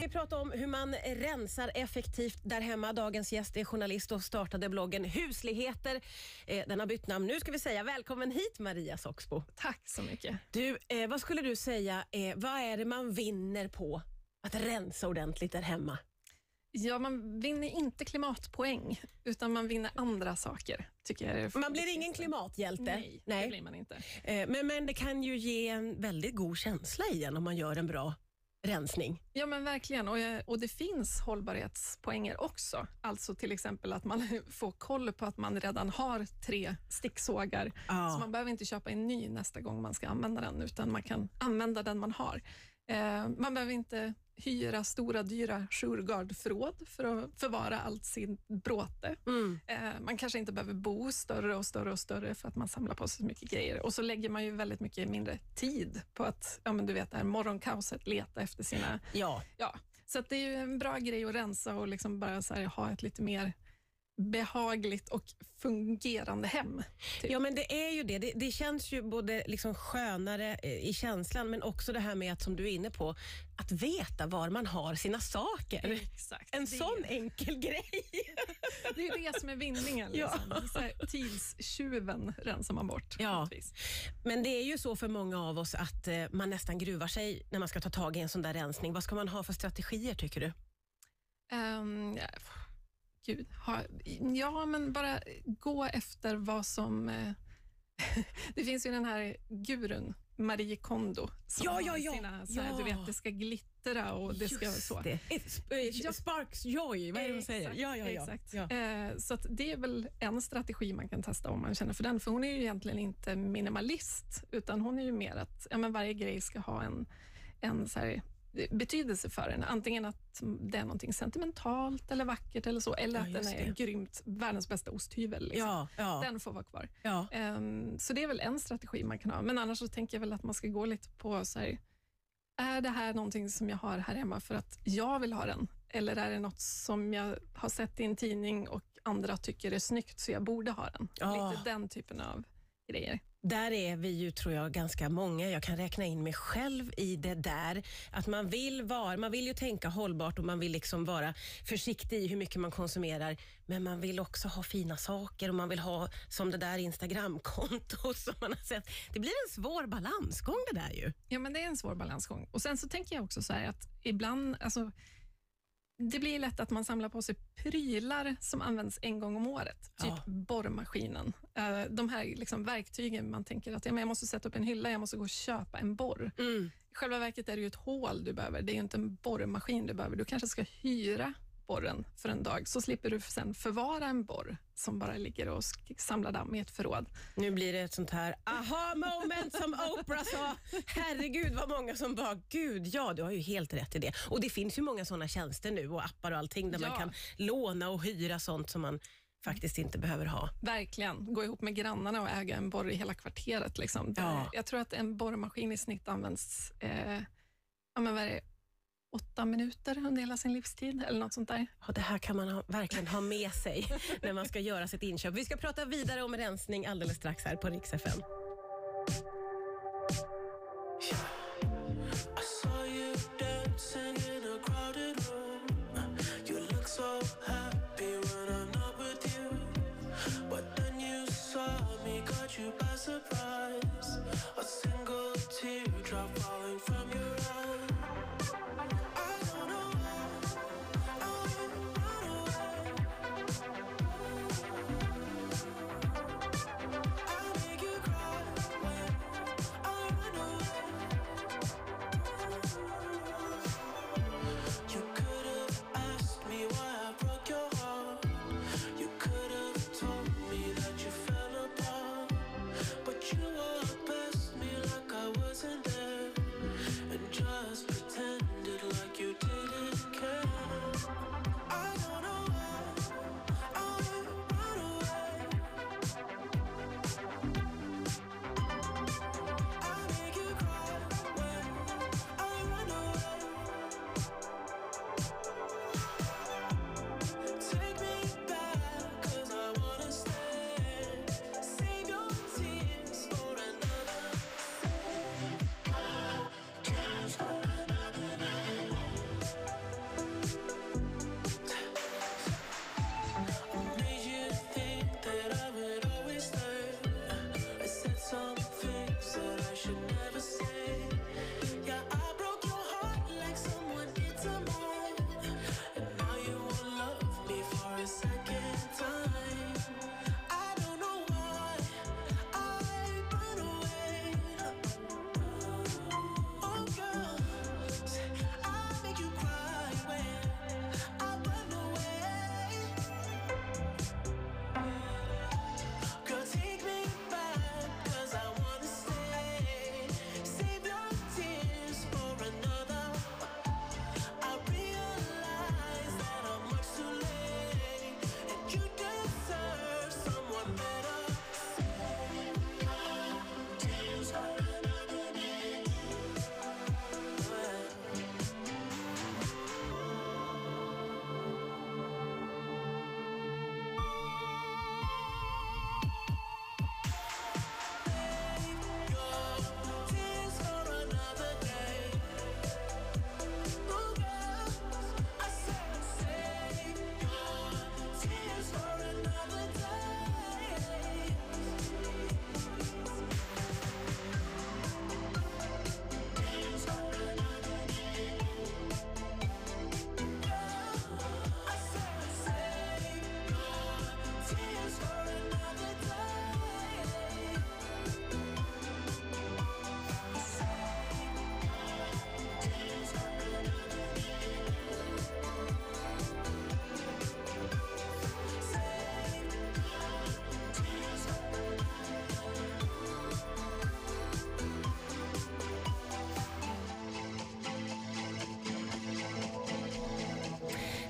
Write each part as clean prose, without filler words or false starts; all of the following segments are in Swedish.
ska prata om hur man rensar effektivt där hemma. Dagens gäst är journalist och startade bloggen Husligheter. Den har bytt namn. Nu ska vi säga välkommen hit, Maria Soxbo. Tack så mycket. Du, vad skulle du säga, vad är det man vinner på att rensa ordentligt där hemma? Ja, man vinner inte klimatpoäng, utan man vinner andra saker, tycker jag. Man blir ingen klimathjälte. Nej, det blir man inte. Men det kan ju ge en väldigt god känsla igen om man gör en bra rensning. Ja, men verkligen. Och det finns hållbarhetspoänger också. Alltså till exempel att man får koll på att man redan har 3 sticksågar. Ja. Så man behöver inte köpa en ny nästa gång man ska använda den, utan man kan använda den man har. Man behöver inte hyra stora dyra Shurgard-förråd för att förvara allt sin bråte. Man kanske inte behöver bo större och större och större för att man samlar på sig så mycket grejer. Och så lägger man ju väldigt mycket mindre tid på att, ja men du vet det här morgonkaoset, leta efter sina... Ja. Så att det är ju en bra grej att rensa och liksom bara så här, ha ett lite mer behagligt och fungerande hem. Typ. Ja, men det är ju det. Det känns ju både liksom skönare i känslan, men också det här med att, som du är inne på, att veta var man har sina saker. Exakt. En sån enkel grej. Det är det som är vinningen. Liksom. Ja. Så här, tidstjuven rensar man bort. Ja. Men det är ju så för många av oss att man nästan gruvar sig när man ska ta tag i en sån där rensning. Vad ska man ha för strategier, tycker du? Ja, men bara gå efter vad som... det finns ju den här gurun, Marie Kondo, som har sina så här, du vet, det ska glittra och det ska så. Sparks joy, vad är det de säger? Ja. Exakt. Så att det är väl en strategi man kan testa om man känner för den. För hon är ju egentligen inte minimalist, utan hon är ju mer att varje grej ska ha en så här betydelse för en. Antingen att det är någonting sentimentalt eller vackert eller så, eller att den är grymt, världens bästa osthyvel. Liksom. Den får vara kvar. Så det är väl en strategi man kan ha. Men annars så tänker jag väl att man ska gå lite på så här, är det här någonting som jag har här hemma för att jag vill ha den? Eller är det något som jag har sett i en tidning och andra tycker är snyggt så jag borde ha den? Lite den typen av grejer. Där är vi ju, tror jag, ganska många. Jag kan räkna in mig själv i det där. Att man vill ju tänka hållbart och man vill liksom vara försiktig i hur mycket man konsumerar. Men man vill också ha fina saker och man vill ha som det där Instagram-konto som man har sett. Det blir en svår balansgång det där ju. Ja, men det är en svår balansgång. Och sen så tänker jag också så här att ibland, alltså det blir lätt att man samlar på sig prylar som används en gång om året. Typ borrmaskinen. De här liksom verktygen man tänker att jag måste sätta upp en hylla, jag måste gå och köpa en borr. I själva verket är det ju ett hål du behöver. Det är ju inte en borrmaskin du behöver. Du kanske ska hyra borren för en dag. Så slipper du sen förvara en borr som bara ligger och samlar damm i ett förråd. Nu blir det ett sånt här aha-moment som Oprah sa. Herregud, vad många som bara, gud, ja, du har ju helt rätt i det. Och det finns ju många sådana tjänster nu och appar och allting där man kan låna och hyra sånt som man faktiskt inte behöver ha. Verkligen. Gå ihop med grannarna och äga en borr i hela kvarteret. Liksom. Jag tror att en borrmaskin i snitt används 8 minuter under hela sin livstid eller något sånt där. Och det här kan man verkligen ha med sig när man ska göra sitt inköp. Vi ska prata vidare om rensning alldeles strax här på Rix FM.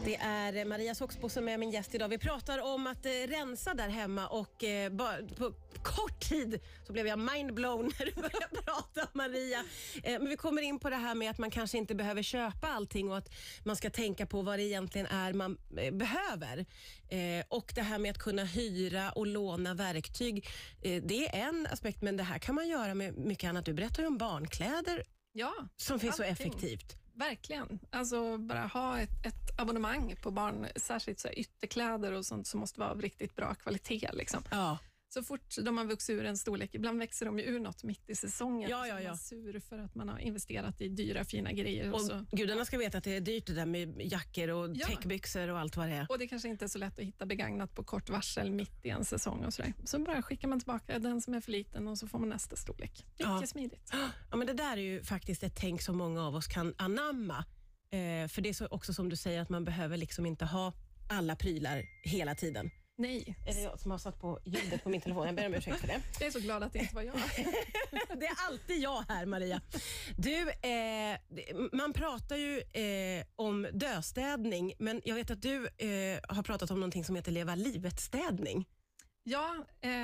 Det är Maria Soxbo som är min gäst idag. Vi pratar om att rensa där hemma och på kort tid så blev jag mindblown när du började prata, Maria. Men vi kommer in på det här med att man kanske inte behöver köpa allting och att man ska tänka på vad det egentligen är man behöver. Och det här med att kunna hyra och låna verktyg, det är en aspekt, men det här kan man göra med mycket annat. Du berättar ju om barnkläder som finns allting. Så effektivt. Verkligen. Alltså bara ha ett abonnemang på barn, särskilt så här ytterkläder och sånt som måste vara av riktigt bra kvalitet. Liksom. Ja. Så fort de har vuxit ur en storlek, ibland växer de ju ur något mitt i säsongen. Ja. Så man är sur för att man har investerat i dyra, fina grejer. Och så. gudarna ska veta att det är dyrt det där med jackor och täckbyxor och allt vad det är. Och det kanske inte är så lätt att hitta begagnat på kort varsel mitt i en säsong och sådär. Så bara skickar man tillbaka den som är för liten och så får man nästa storlek. Mycket smidigt. Ja, men det där är ju faktiskt ett tänk som många av oss kan anamma. För det är så också som du säger att man behöver liksom inte ha alla prylar hela tiden. Nej. Är det jag som har satt på ljudet på min telefon? Jag ber om ursäkt för det. Jag är så glad att det inte var jag. Det är alltid jag här, Maria. Du, man pratar ju om döstädning, men jag vet att du har pratat om någonting som heter leva livet-städning. Ja,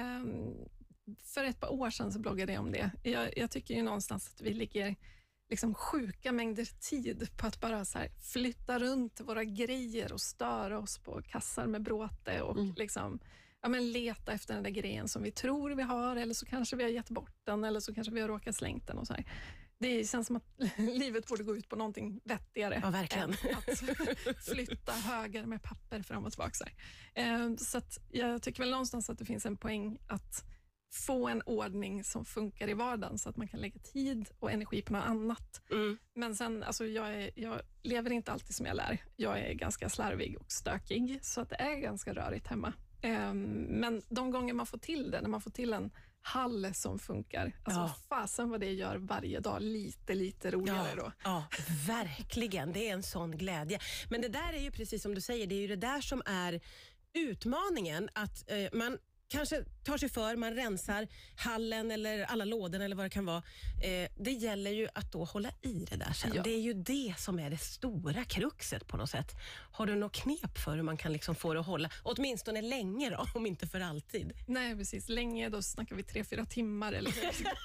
för ett par år sedan så bloggade jag om det. Jag tycker ju någonstans att vi ligger liksom sjuka mängder tid på att bara så här flytta runt våra grejer och störa oss på kassar med bråte och liksom, leta efter den där grejen som vi tror vi har, eller så kanske vi har gett bort den, eller så kanske vi har råkat slängt den och så här. Det känns som att livet borde gå ut på någonting vettigare. Ja, verkligen. Än att flytta högar med papper fram och tillbaka. Så här. Så att jag tycker väl någonstans att det finns en poäng att få en ordning som funkar i vardagen så att man kan lägga tid och energi på något annat. Men sen, alltså jag lever inte alltid som jag lär. Jag är ganska slarvig och stökig så att det är ganska rörigt hemma. Men de gånger man får till det, när man får till en hall som funkar, alltså fasen vad det gör varje dag lite roligare då. Ja, verkligen. Det är en sån glädje. Men det där är ju precis som du säger, det är ju det där som är utmaningen, att man kanske tar sig för, man rensar hallen eller alla lådor eller vad det kan vara. Det gäller ju att då hålla i det där sen. Ja. Det är ju det som är det stora kruxet på något sätt. Har du något knep för hur man kan liksom få det att hålla? Åtminstone länge då, om inte för alltid. Nej, precis. Länge, då snackar vi 3-4 timmar eller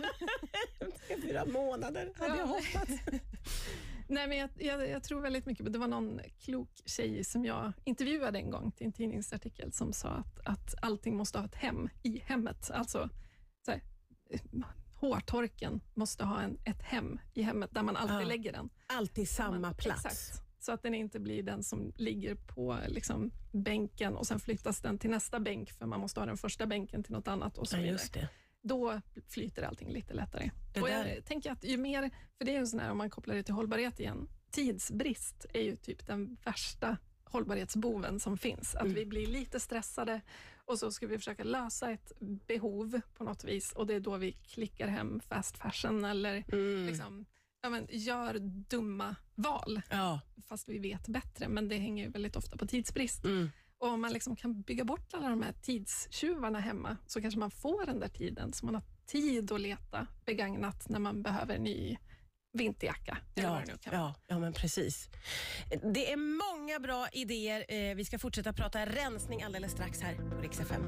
3-4 månader hade jag hoppats. Nej, men jag tror väldigt mycket på, det var någon klok tjej som jag intervjuade en gång till en tidningsartikel som sa att allting måste ha ett hem i hemmet. Alltså så här, hårtorken måste ha ett hem i hemmet där man alltid lägger den. Alltid samma plats. Exakt. Så att den inte blir den som ligger på liksom, bänken och sen flyttas den till nästa bänk för man måste ha den första bänken till något annat och så vidare. Just det. Då flyter allting lite lättare. Och jag tänker att ju mer, för det är ju sån här, om man kopplar det till hållbarhet igen, tidsbrist är ju typ den värsta hållbarhetsboven som finns. Att vi blir lite stressade och så ska vi försöka lösa ett behov på något vis och det är då vi klickar hem fast fashion eller liksom, gör dumma val. Ja. Fast vi vet bättre, men det hänger ju väldigt ofta på tidsbrist. Och om man liksom kan bygga bort alla de här tidstjuvarna hemma så kanske man får den där tiden så man har tid att leta begagnat när man behöver en ny vinterjacka. Ja, men precis. Det är många bra idéer. Vi ska fortsätta prata rensning alldeles strax här på Rix FM.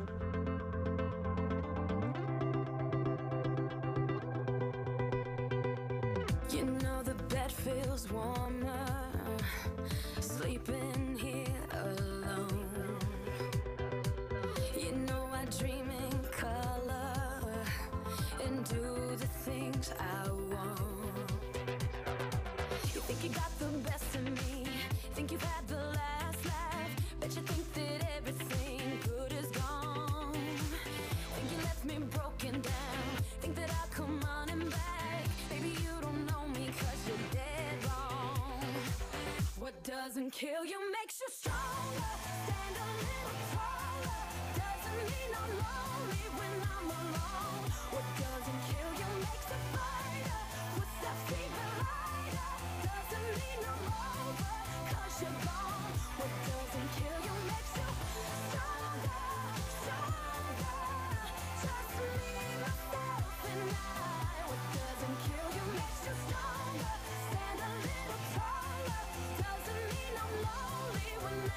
You know the bed feels warmer sleeping here alone. You know I dream in color and do the things I want. You think you got the best of me, think you've had the last laugh, bet you think that everything good is gone. Think you left me broken down, think that I'll come running back. Baby, you don't know me 'cause you're dead wrong. What doesn't kill you makes you stronger. Stand a little taller. Doesn't mean I'm lonely when I'm alone. What doesn't kill you makes a fighter. Puts that fever lighter. Doesn't mean I'm over 'cause you're gone. What doesn't kill you makes you stronger, stronger. Just me, myself and I. What doesn't kill you makes you stronger. Stand a little taller. Doesn't mean I'm lonely when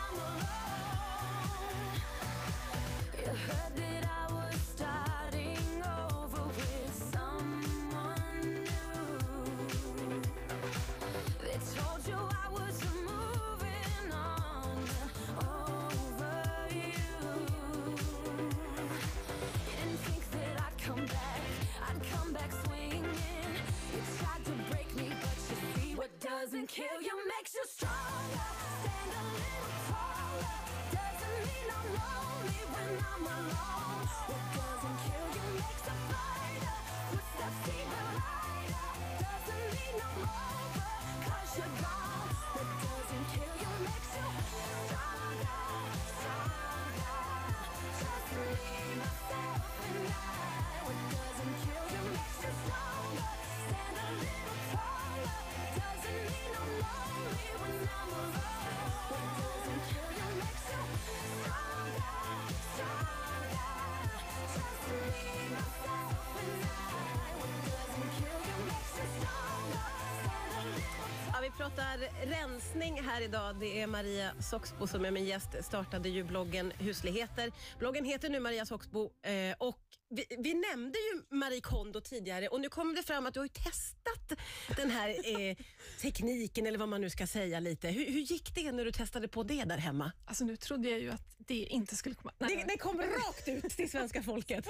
doesn't kill you makes you stronger. Stand a little taller. Doesn't mean I'm lonely when I'm alone. What doesn't kill you makes a fighter. Footsteps even lighter. Doesn't mean I'm over, 'cause you're gone. What doesn't kill you makes you stronger, stronger. Just me, myself, and I. What doesn't kill you makes you stronger. Stand a little taller. Doesn't mean I'm lonely when I'm alone. What doesn't kill you makes you stronger, stronger. Just me, myself, and I. What doesn't kill you makes you stronger. Stand a little. Ja, vi pratar rensning här idag. Det är Maria Soxbo som är min gäst. Startade ju bloggen Husligheter. Bloggen heter nu Maria Soxbo och vi nämnde ju Marie Kondo tidigare och nu kommer det fram att du har ju testat den här tekniken eller vad man nu ska säga lite. Hur gick det när du testade på det där hemma? Alltså nu trodde jag ju att det inte skulle komma. Det kommer rakt ut till svenska folket.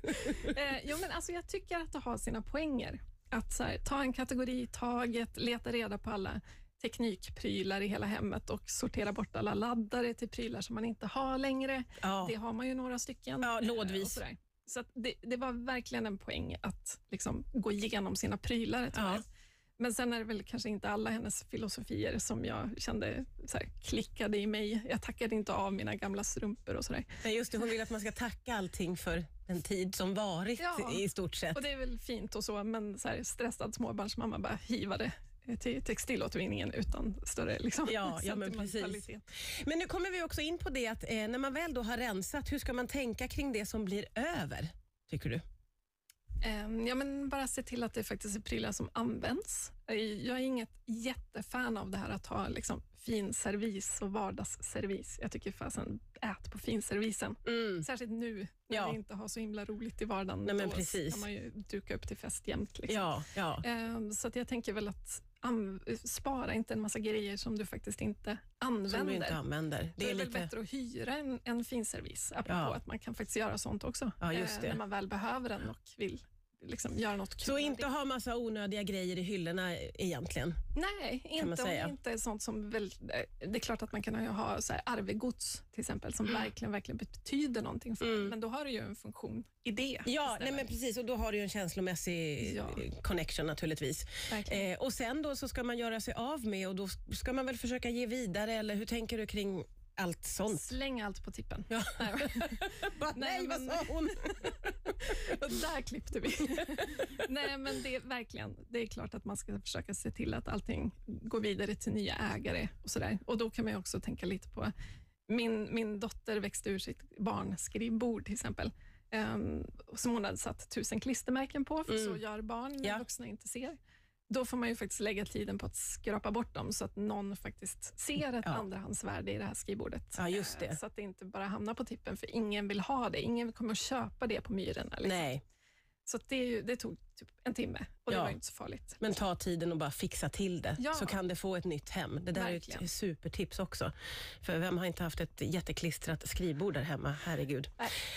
Jo, men alltså jag tycker att det har sina poänger. Att så här, ta en kategori i taget, leta reda på alla teknikprylar i hela hemmet och sortera bort alla laddare till prylar som man inte har längre. Ja. Det har man ju några stycken. Ja, lådvis. Så att det var verkligen en poäng att liksom gå igenom sina prylar. Ja. Men sen är det väl kanske inte alla hennes filosofier som jag kände så här, klickade i mig. Jag tackade inte av mina gamla strumpor och sådär. Men just det, hon vill att man ska tacka allting för den tid som varit i stort sett. Och det är väl fint och så, men så här, stressad småbarnsmamma bara hivade till textilåtervinningen utan större liksom, ja, men precis. Men nu kommer vi också in på det att när man väl då har rensat, hur ska man tänka kring det som blir över, tycker du? Ja, men bara se till att det faktiskt är prylar som används. Jag är inget jättefan av det här att ha liksom fin servis och vardagsservis. Jag tycker fasen ät på finservisen. Särskilt nu när vi inte har så himla roligt i vardagen. Nej, men precis. Kan man ju duka upp till fest jämt. Liksom. Ja. Så att jag tänker väl att spara inte en massa grejer som du faktiskt inte använder. Som du inte använder. Det är väl bättre att hyra en finservis. Apropå att man kan faktiskt göra sånt också. Ja, just det. När man väl behöver den och vill liksom göra något kul. Så inte ha massa onödiga grejer i hyllorna egentligen? Nej, inte sånt som väl, det är klart att man kan ha så här arvegods till exempel som verkligen betyder någonting för men då har du ju en funktion i det. Ja, nej men precis, och då har du ju en känslomässig connection naturligtvis. Och sen då så ska man göra sig av med och då ska man väl försöka ge vidare, eller hur tänker du kring allt sånt? Släng allt på tippen. Ja. Nej, vad sa hon? Och där klippte vi. Nej, men det är verkligen, det är klart att man ska försöka se till att allting går vidare till nya ägare och sådär. Och då kan man ju också tänka lite på, min dotter växte ur sitt barnskrivbord till exempel. Som hon hade satt 1000 klistermärken på, för så gör barn när vuxna inte ser. Då får man ju faktiskt lägga tiden på att skrapa bort dem så att någon faktiskt ser ett andrahandsvärde i det här skrivbordet. Ja, just det. Så att det inte bara hamnar på tippen, för ingen vill ha det. Ingen kommer att köpa det på Myrorna. Liksom. Nej. Så att det tog typ en timme och det var inte så farligt. Men ta tiden och bara fixa till det så kan det få ett nytt hem. Det där är ett supertips också. För vem har inte haft ett jätteklistrat skrivbord där hemma? Herregud.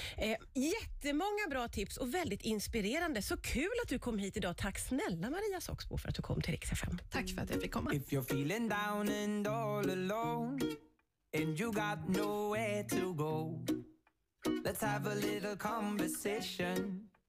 Jättemånga bra tips och väldigt inspirerande. Så kul att du kom hit idag. Tack snälla Maria Soxbo för att du kom till Rix FM. Tack för att jag fick komma. If you're feeling down and all alone and you got nowhere to go, let's have a little conversation.